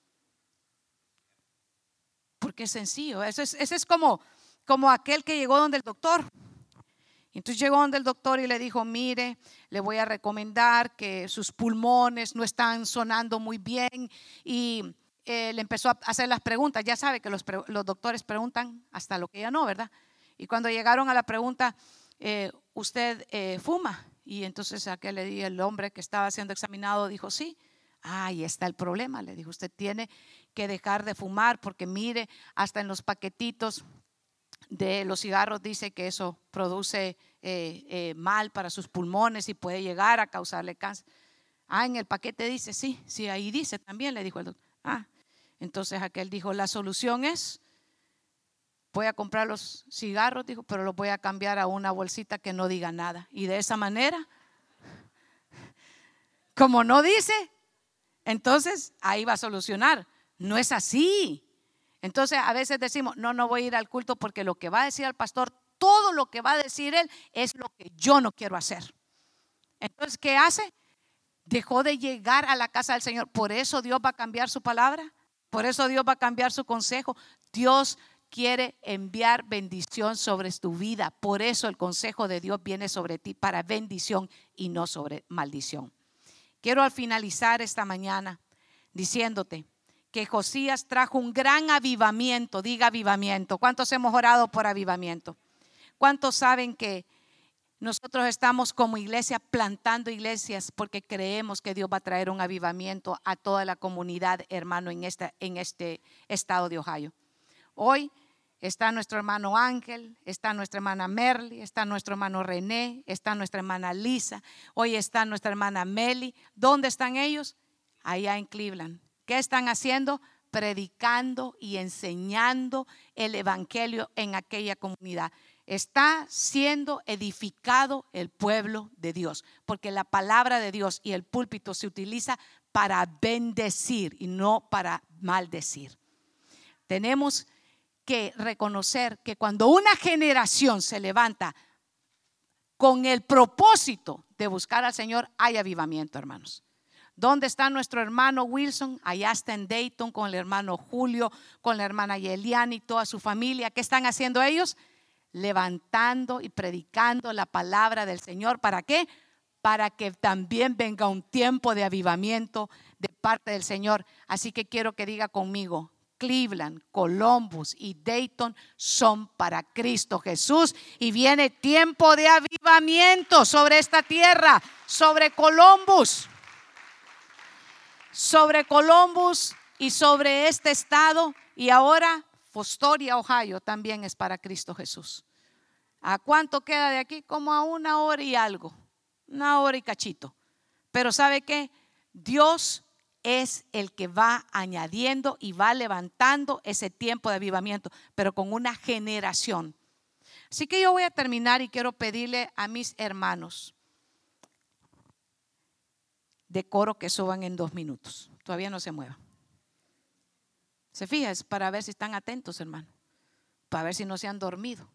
Porque es sencillo. Ese es como aquel que llegó donde el doctor. Entonces llegó donde el doctor y le dijo, mire, le voy a recomendar que sus pulmones no están sonando muy bien. Y le empezó a hacer las preguntas. Ya sabe que los doctores preguntan hasta lo que ya no, ¿verdad? Y cuando llegaron a la pregunta, ¿usted fuma? Y entonces el hombre que estaba siendo examinado dijo, sí. Ahí está el problema, le dijo, usted tiene que dejar de fumar porque mire, hasta en los paquetitos de los cigarros dice que eso produce mal para sus pulmones y puede llegar a causarle cáncer. En el paquete dice, sí, ahí dice también, le dijo el doctor. Entonces aquel dijo, la solución es, voy a comprar los cigarros, dijo, pero los voy a cambiar a una bolsita que no diga nada. Y de esa manera, como no dice, entonces ahí va a solucionar. No es así. Entonces a veces decimos, no voy a ir al culto porque lo que va a decir el pastor, todo lo que va a decir él es lo que yo no quiero hacer. Entonces, ¿qué hace? Dejó de llegar a la casa del Señor. Por eso Dios va a cambiar su palabra. Por eso Dios va a cambiar su consejo. Dios quiere enviar bendición sobre tu vida. Por eso el consejo de Dios viene sobre ti para bendición y no sobre maldición. Quiero al finalizar esta mañana diciéndote que Josías trajo un gran avivamiento. Diga avivamiento. ¿Cuántos hemos orado por avivamiento? ¿Cuántos saben que nosotros estamos como iglesia plantando iglesias porque creemos que Dios va a traer un avivamiento a toda la comunidad, hermano, en este estado de Ohio? Hoy está nuestro hermano Ángel, está nuestra hermana Merly, está nuestro hermano René, está nuestra hermana Lisa, hoy está nuestra hermana Meli. ¿Dónde están ellos? Allá en Cleveland. ¿Qué están haciendo? Predicando y enseñando el evangelio en aquella comunidad. Está siendo edificado el pueblo de Dios, porque la palabra de Dios y el púlpito se utiliza para bendecir y no para maldecir. Tenemos que reconocer que cuando una generación se levanta con el propósito de buscar al Señor, hay avivamiento, hermanos. ¿Dónde está nuestro hermano Wilson? Allá está en Dayton con el hermano Julio, con la hermana Yeliani y toda su familia. ¿Qué están haciendo ellos? Levantando y predicando la palabra del Señor. ¿Para qué? Para que también venga un tiempo de avivamiento de parte del Señor. Así que quiero que diga conmigo, Cleveland, Columbus y Dayton son para Cristo Jesús, y viene tiempo de avivamiento sobre esta tierra, sobre Columbus y sobre este estado. Y ahora Fostoria, Ohio, también es para Cristo Jesús. ¿A cuánto queda de aquí? Como a 1 hora y algo, 1 hora y cachito. Pero ¿sabe qué? Dios es el que va añadiendo y va levantando ese tiempo de avivamiento, pero con una generación. Así que yo voy a terminar y quiero pedirle a mis hermanos de coro que suban en 2 minutos. Todavía no se muevan. Se fija, es para ver si están atentos, hermano, para ver si no se han dormido.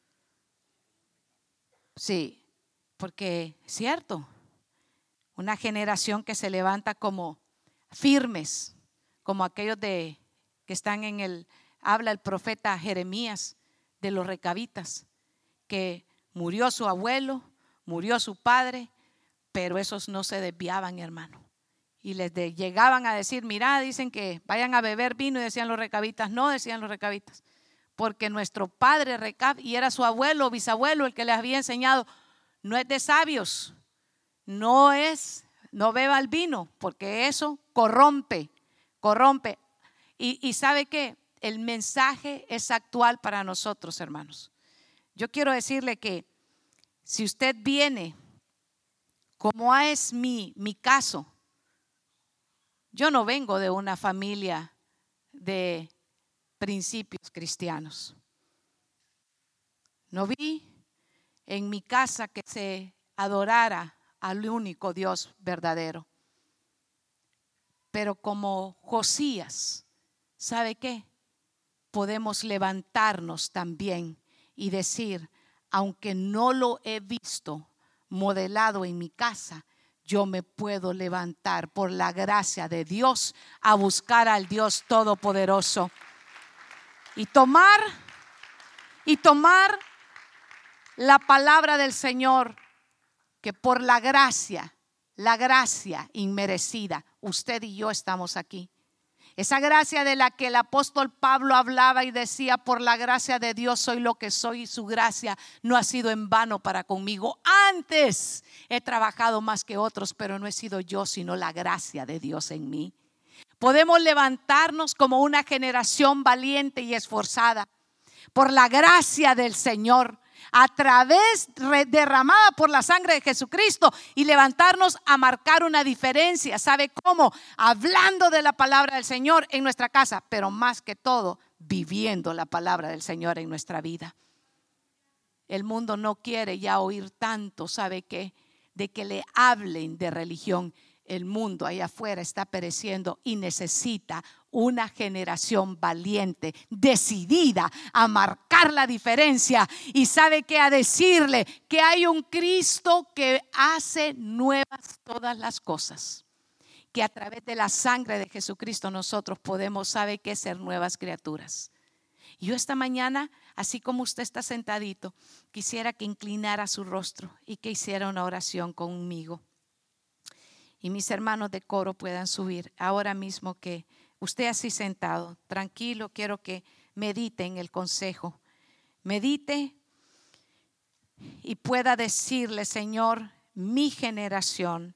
Sí, porque es cierto, una generación que se levanta como firmes, como aquellos que están habla el profeta Jeremías de los recabitas, que murió su abuelo, murió su padre, pero esos no se desviaban, hermano. Y les llegaban a decir, mira, dicen que vayan a beber vino, y decían los recabitas, no, decían los recabitas, porque nuestro padre Recab, y era su abuelo o bisabuelo el que les había enseñado, no es de sabios, no beba el vino, porque eso corrompe. Y ¿sabe qué? El mensaje es actual para nosotros, hermanos. Yo quiero decirle que si usted viene, como es mi caso, yo no vengo de una familia de principios cristianos. No vi en mi casa que se adorara al único Dios verdadero. Pero como Josías, ¿sabe qué? Podemos levantarnos también y decir, aunque no lo he visto modelado en mi casa, yo me puedo levantar por la gracia de Dios a buscar al Dios Todopoderoso y tomar la palabra del Señor, que por la gracia inmerecida, usted y yo estamos aquí. Esa gracia de la que el apóstol Pablo hablaba y decía: por la gracia de Dios soy lo que soy, y su gracia no ha sido en vano para conmigo. Antes he trabajado más que otros, pero no he sido yo, sino la gracia de Dios en mí. Podemos levantarnos como una generación valiente y esforzada por la gracia del Señor, a través derramada por la sangre de Jesucristo, y levantarnos a marcar una diferencia. ¿Sabe cómo? Hablando de la palabra del Señor en nuestra casa, pero más que todo viviendo la palabra del Señor en nuestra vida. El mundo no quiere ya oír tanto, ¿sabe qué? De que le hablen de religión. El mundo allá afuera está pereciendo y necesita una generación valiente, decidida a marcar la diferencia. Y sabe que a decirle que hay un Cristo que hace nuevas todas las cosas, que a través de la sangre de Jesucristo nosotros podemos, sabe que, ser nuevas criaturas. Yo esta mañana, así como usted está sentadito, quisiera que inclinara su rostro y que hiciera una oración conmigo. Y mis hermanos de coro puedan subir ahora mismo. Que usted así sentado, tranquilo, quiero que medite en el consejo. Medite y pueda decirle: Señor, mi generación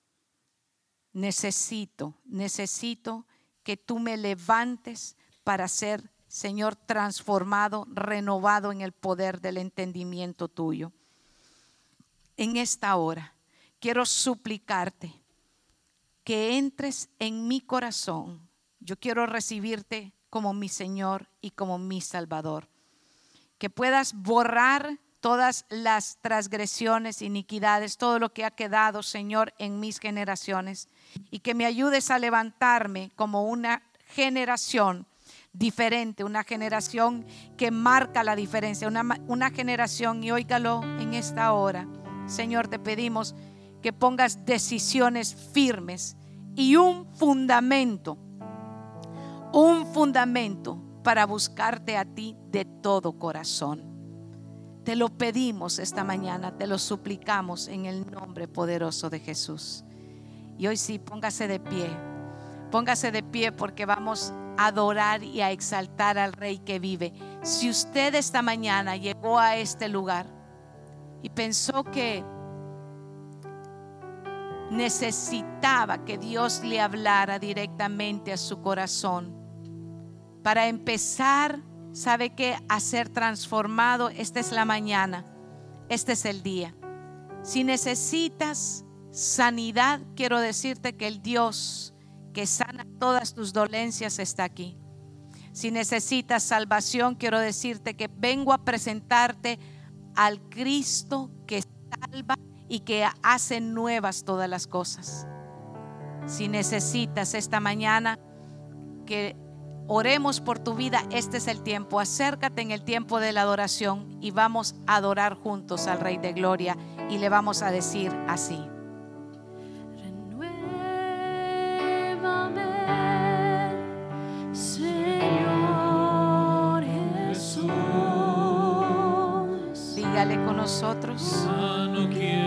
necesito que tú me levantes para ser, Señor, transformado, renovado en el poder del entendimiento tuyo. En esta hora quiero suplicarte que entres en mi corazón. Yo quiero recibirte como mi Señor y como mi Salvador. Que puedas borrar todas las transgresiones, iniquidades, todo lo que ha quedado, Señor, en mis generaciones. Y que me ayudes a levantarme como una generación diferente, una generación que marca la diferencia, una generación, y óigalo en esta hora, Señor, te pedimos que pongas decisiones firmes y un fundamento para buscarte a ti de todo corazón. Te lo pedimos esta mañana, te lo suplicamos en el nombre poderoso de Jesús. Y hoy sí, póngase de pie porque vamos a adorar y a exaltar al Rey que vive. Si usted esta mañana llegó a este lugar y pensó que necesitaba que Dios le hablara directamente a su corazón para empezar, ¿sabe qué?, a ser transformado, esta es la mañana, este es el día. Si necesitas sanidad, quiero decirte que el Dios que sana todas tus dolencias está aquí. Si necesitas salvación, quiero decirte que vengo a presentarte al Cristo que salva y que hace nuevas todas las cosas. Si necesitas esta mañana que oremos por tu vida, este es el tiempo. Acércate en el tiempo de la adoración y vamos a adorar juntos al Rey de Gloria y le vamos a decir así: renuévame, Señor Jesús. Dígale con nosotros: